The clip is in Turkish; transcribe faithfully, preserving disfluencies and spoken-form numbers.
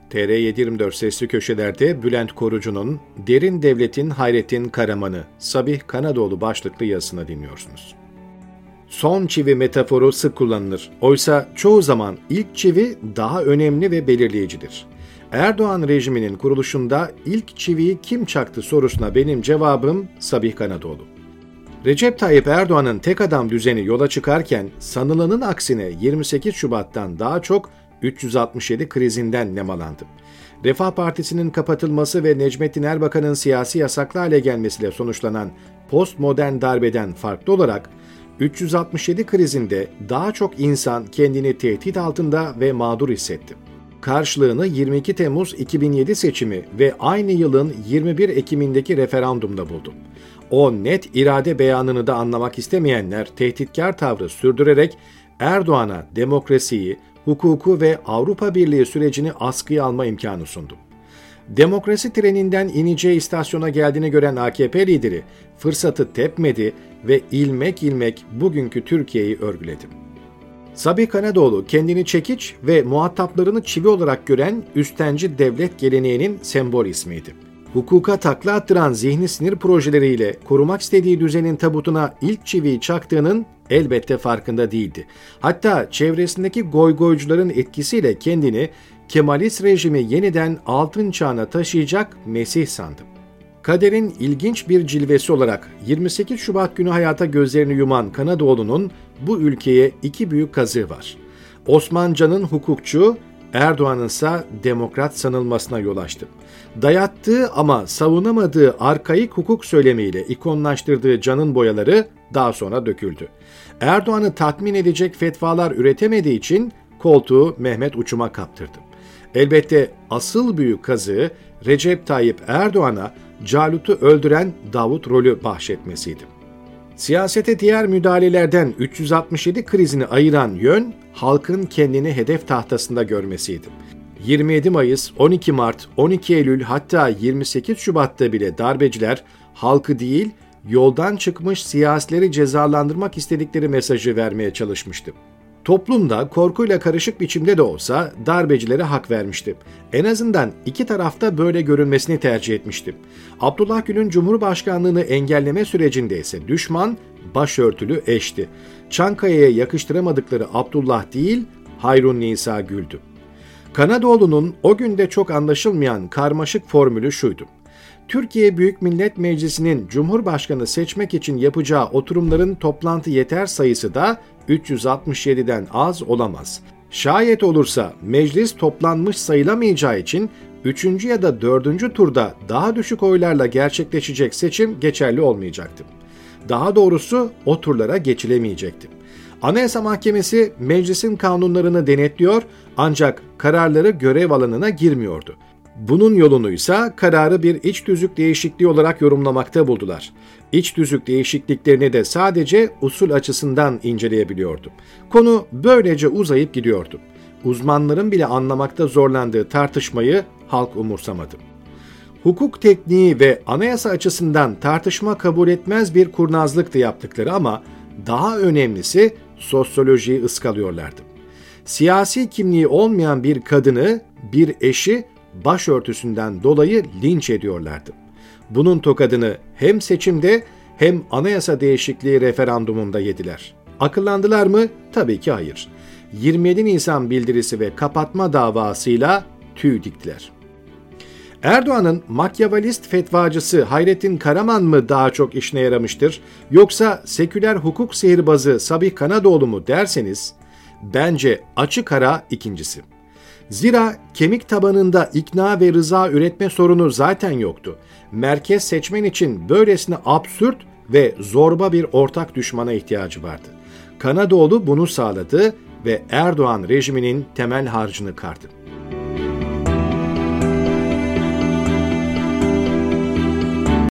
T R yedi yirmi dört Sesli Köşeler'de Bülent Korucu'nun Derin Devletin Hayrettin Karaman'ı Sabih Kanadoğlu başlıklı yazısını dinliyorsunuz. Son çivi metaforu sık kullanılır. Oysa çoğu zaman ilk çivi daha önemli ve belirleyicidir. Erdoğan rejiminin kuruluşunda ilk çiviyi kim çaktı sorusuna benim cevabım Sabih Kanadoğlu. Recep Tayyip Erdoğan'ın tek adam düzeni yola çıkarken sanılanın aksine yirmi sekiz Şubat'tan daha çok üç yüz altmış yedi krizinden nemalandı. Refah Partisi'nin kapatılması ve Necmettin Erbakan'ın siyasi yasaklı hale gelmesiyle sonuçlanan postmodern darbeden farklı olarak üç yüz altmış yedi krizinde daha çok insan kendini tehdit altında ve mağdur hissetti. Karşılığını yirmi iki Temmuz iki bin yedi seçimi ve aynı yılın yirmi bir Ekim'indeki referandumda buldu. O net irade beyanını da anlamak istemeyenler tehditkar tavrı sürdürerek Erdoğan'a demokrasiyi, hukuku ve Avrupa Birliği sürecini askıya alma imkanı sundu. Demokrasi treninden ineceği istasyona geldiğini gören A K P lideri fırsatı tepmedi ve ilmek ilmek bugünkü Türkiye'yi örgüledi. Sabih Kanadoğlu kendini çekiç ve muhataplarını çivi olarak gören üstenci devlet geleneğinin sembol ismiydi. Hukuka takla attıran zihni sinir projeleriyle korumak istediği düzenin tabutuna ilk çiviyi çaktığının elbette farkında değildi. Hatta çevresindeki goygoycuların etkisiyle kendini Kemalist rejimi yeniden altın çağına taşıyacak Mesih sandı. Kaderin ilginç bir cilvesi olarak yirmi sekiz Şubat günü hayata gözlerini yuman Kanadoğlu'nun bu ülkeye iki büyük kazığı var. Osmancan'ın hukukçu, Erdoğan'ın ise demokrat sanılmasına yol açtı. Dayattığı ama savunamadığı arkaik hukuk söylemiyle ikonlaştırdığı canın boyaları daha sonra döküldü. Erdoğan'ı tatmin edecek fetvalar üretemediği için koltuğu Mehmet Uçum'a kaptırdı. Elbette asıl büyük kazığı Recep Tayyip Erdoğan'a Calut'u öldüren Davut rolü bahşetmesiydi. Siyasete diğer müdahalelerden üç yüz altmış yedi krizini ayıran yön, halkın kendini hedef tahtasında görmesiydi. yirmi yedi Mayıs, on iki Mart, on iki Eylül hatta yirmi sekiz Şubat'ta bile darbeciler halkı değil, yoldan çıkmış siyasileri cezalandırmak istedikleri mesajı vermeye çalışmıştı. Toplumda korkuyla karışık biçimde de olsa darbecilere hak vermişti. En azından iki tarafta böyle görünmesini tercih etmişti. Abdullah Gül'ün Cumhurbaşkanlığını engelleme sürecinde ise düşman başörtülü eşti. Çankaya'ya yakıştıramadıkları Abdullah değil, Hayrun Nisa Gül'dü. Kanadoğlu'nun o günde çok anlaşılmayan karmaşık formülü şuydu. Türkiye Büyük Millet Meclisi'nin Cumhurbaşkanı seçmek için yapacağı oturumların toplantı yeter sayısı da üç yüz altmış yediden az olamaz. Şayet olursa meclis toplanmış sayılamayacağı için üçüncü ya da dördüncü turda daha düşük oylarla gerçekleşecek seçim geçerli olmayacaktı. Daha doğrusu o turlara geçilemeyecekti. Anayasa Mahkemesi meclisin kanunlarını denetliyor ancak kararları görev alanına girmiyordu. Bunun yolunu ise kararı bir iç tüzük değişikliği olarak yorumlamakta buldular. İç tüzük değişikliklerini de sadece usul açısından inceleyebiliyordu. Konu böylece uzayıp gidiyordu. Uzmanların bile anlamakta zorlandığı tartışmayı halk umursamadı. Hukuk tekniği ve anayasa açısından tartışma kabul etmez bir kurnazlıktı yaptıkları ama daha önemlisi sosyolojiyi ıskalıyorlardı. Siyasi kimliği olmayan bir kadını, bir eşi başörtüsünden dolayı linç ediyorlardı. Bunun tokadını hem seçimde hem anayasa değişikliği referandumunda yediler. Akıllandılar mı? Tabii ki hayır. yirmi yedi Nisan bildirisi ve kapatma davasıyla tüy diktiler. Erdoğan'ın makyavelist fetvacısı Hayrettin Karaman mı daha çok işine yaramıştır, yoksa seküler hukuk sihirbazı Sabih Kanadoğlu mu derseniz, bence açık ara ikincisi. Zira kemik tabanında ikna ve rıza üretme sorunu zaten yoktu. Merkez seçmen için böylesine absürt ve zorba bir ortak düşmana ihtiyacı vardı. Kanadoğlu bunu sağladı ve Erdoğan rejiminin temel harcını kardı.